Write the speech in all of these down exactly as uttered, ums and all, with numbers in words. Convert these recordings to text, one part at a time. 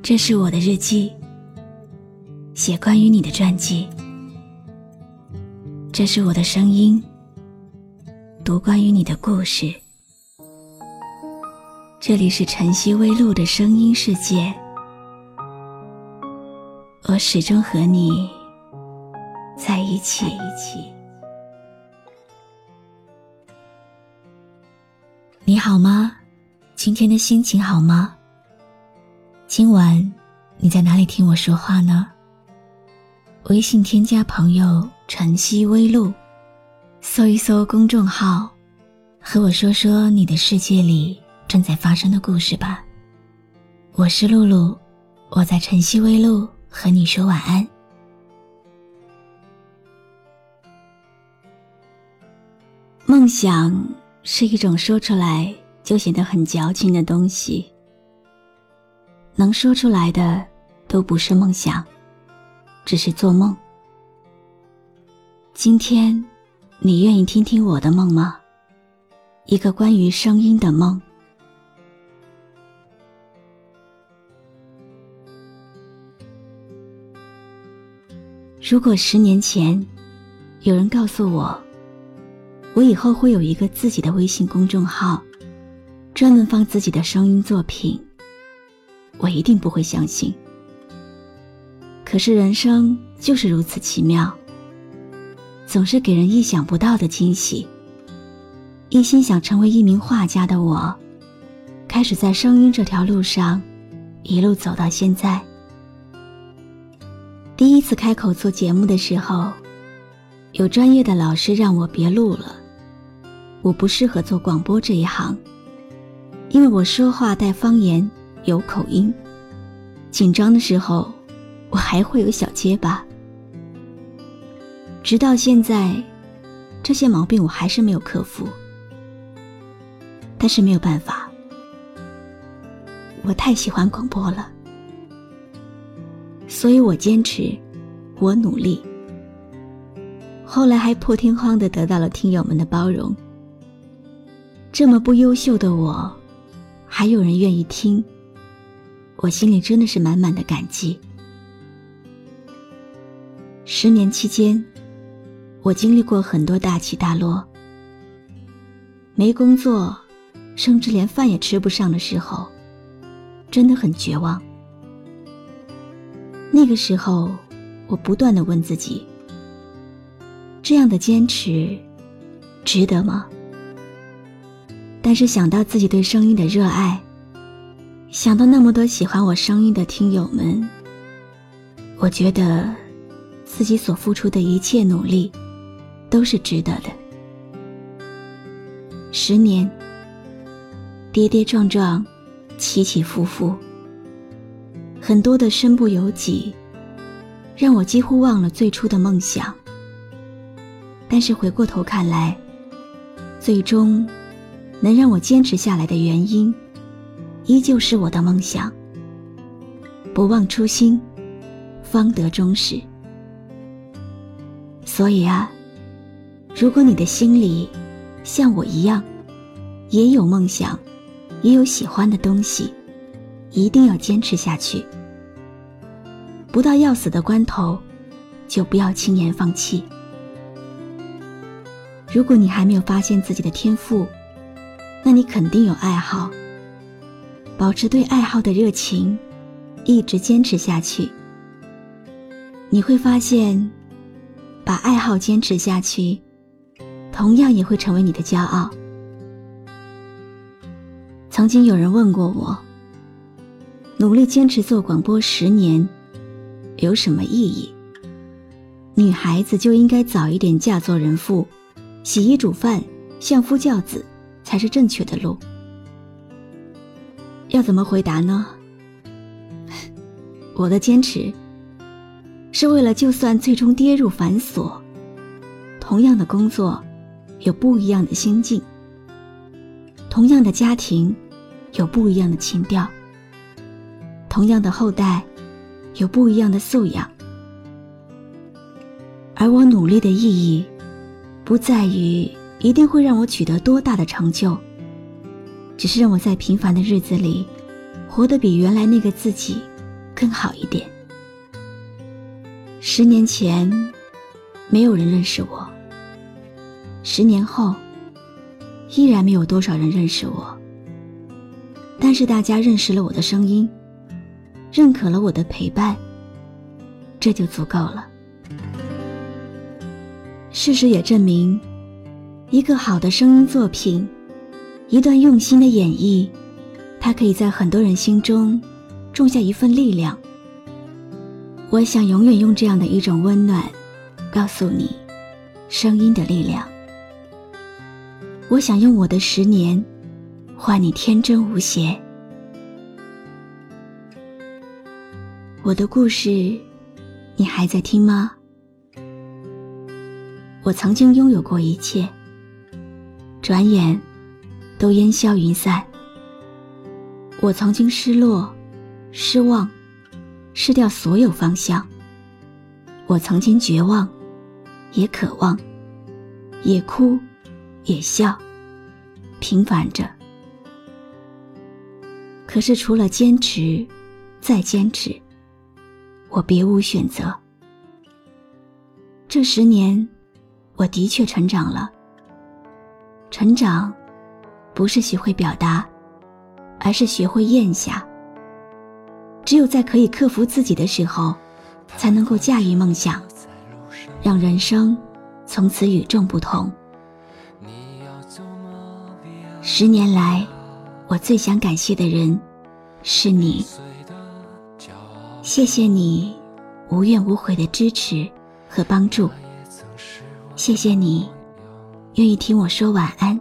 这是我的日记，写关于你的传记。这是我的声音，读关于你的故事。这里是晨曦微露的声音世界，我始终和你在一起。你好吗？今天的心情好吗？今晚你在哪里听我说话呢？微信添加朋友晨曦微露，搜一搜公众号，和我说说你的世界里正在发生的故事吧。我是露露，我在晨曦微露和你说晚安。梦想是一种说出来就显得很矫情的东西，能说出来的都不是梦想，只是做梦。今天你愿意听听我的梦吗？一个关于声音的梦。如果十年前有人告诉我，我以后会有一个自己的微信公众号，专门放自己的声音作品，我一定不会相信。可是人生就是如此奇妙，总是给人意想不到的惊喜。一心想成为一名画家的我，开始在声音这条路上一路走到现在。第一次开口做节目的时候，有专业的老师让我别录了，我不适合做广播这一行，因为我说话带方言，有口音，紧张的时候我还会有小结巴。直到现在，这些毛病我还是没有克服，但是没有办法，我太喜欢广播了，所以我坚持，我努力。后来还破天荒地得到了听友们的包容，这么不优秀的我，还有人愿意听，我心里真的是满满的感激。十年期间，我经历过很多大起大落，没工作，甚至连饭也吃不上的时候，真的很绝望。那个时候，我不断地问自己，这样的坚持值得吗？但是想到自己对声音的热爱，想到那么多喜欢我声音的听友们，我觉得自己所付出的一切努力都是值得的。十年，跌跌撞撞，起起伏伏，很多的身不由己，让我几乎忘了最初的梦想。但是回过头看来，最终能让我坚持下来的原因，依旧是我的梦想。不忘初心，方得终始。所以啊，如果你的心里像我一样，也有梦想，也有喜欢的东西，一定要坚持下去。不到要死的关头，就不要轻言放弃。如果你还没有发现自己的天赋，那你肯定有爱好。保持对爱好的热情，一直坚持下去。你会发现，把爱好坚持下去，同样也会成为你的骄傲。曾经有人问过我，努力坚持做广播十年，有什么意义？女孩子就应该早一点嫁做人妇，洗衣煮饭，相夫教子，才是正确的路。要怎么回答呢？我的坚持是为了，就算最终跌入繁琐，同样的工作有不一样的心境，同样的家庭有不一样的情调，同样的后代有不一样的素养。而我努力的意义，不在于一定会让我取得多大的成就，只是让我在平凡的日子里，活得比原来那个自己更好一点。十年前，没有人认识我，十年后，依然没有多少人认识我。但是大家认识了我的声音，认可了我的陪伴，这就足够了。事实也证明，一个好的声音作品，一段用心的演绎，它可以在很多人心中种下一份力量。我想永远用这样的一种温暖告诉你声音的力量。我想用我的十年换你天真无邪。我的故事你还在听吗？我曾经拥有过一切，转眼都烟消云散。我曾经失落、失望，失掉所有方向。我曾经绝望，也渴望，也哭，也笑，平凡着。可是除了坚持，再坚持，我别无选择。这十年，我的确成长了。成长，不是学会表达，而是学会咽下。只有在可以克服自己的时候，才能够驾驭梦想，让人生从此与众不同。十年来，我最想感谢的人是你。谢谢你无怨无悔的支持和帮助，谢谢你愿意听我说晚安，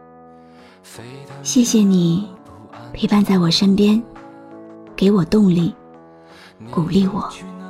谢谢你陪伴在我身边，给我动力，鼓励我。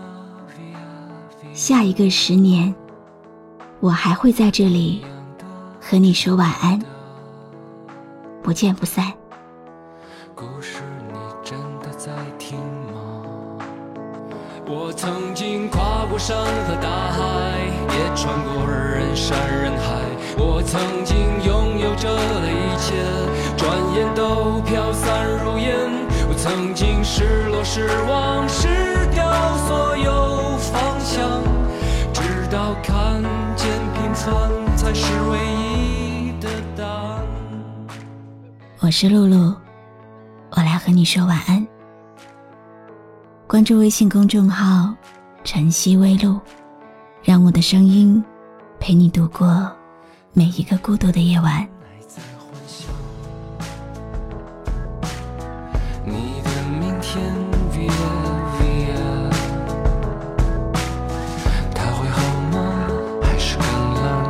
下一个十年，我还会在这里和你说晚安，不见不散。 故事你真的在听吗？我曾经跨过山和大海，也穿过人山人海。我曾经拥有着的一切，转眼都飘散如烟。我曾经失落失望，失掉所有方向，直到看见平凡才是唯一的答案。 我是露露，我来和你说晚安。关注微信公众号晨曦微露，让我的声音陪你度过每一个孤独的夜晚。 你的明天 via via 它会好吗？还是更冷？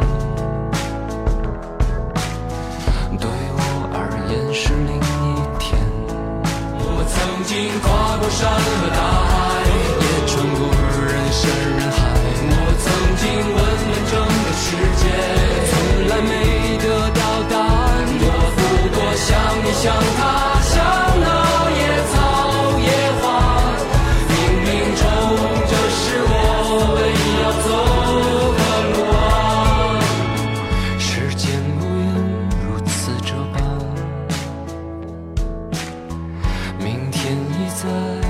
对我而言是另一天。我曾经跨过山和大海，也穿过人山人海。我曾经问遍整个世界，从来没得到答案。我不过像你像他像那野草野花，冥冥中这是我唯一要走的路啊。时间无言如此这般，明天已在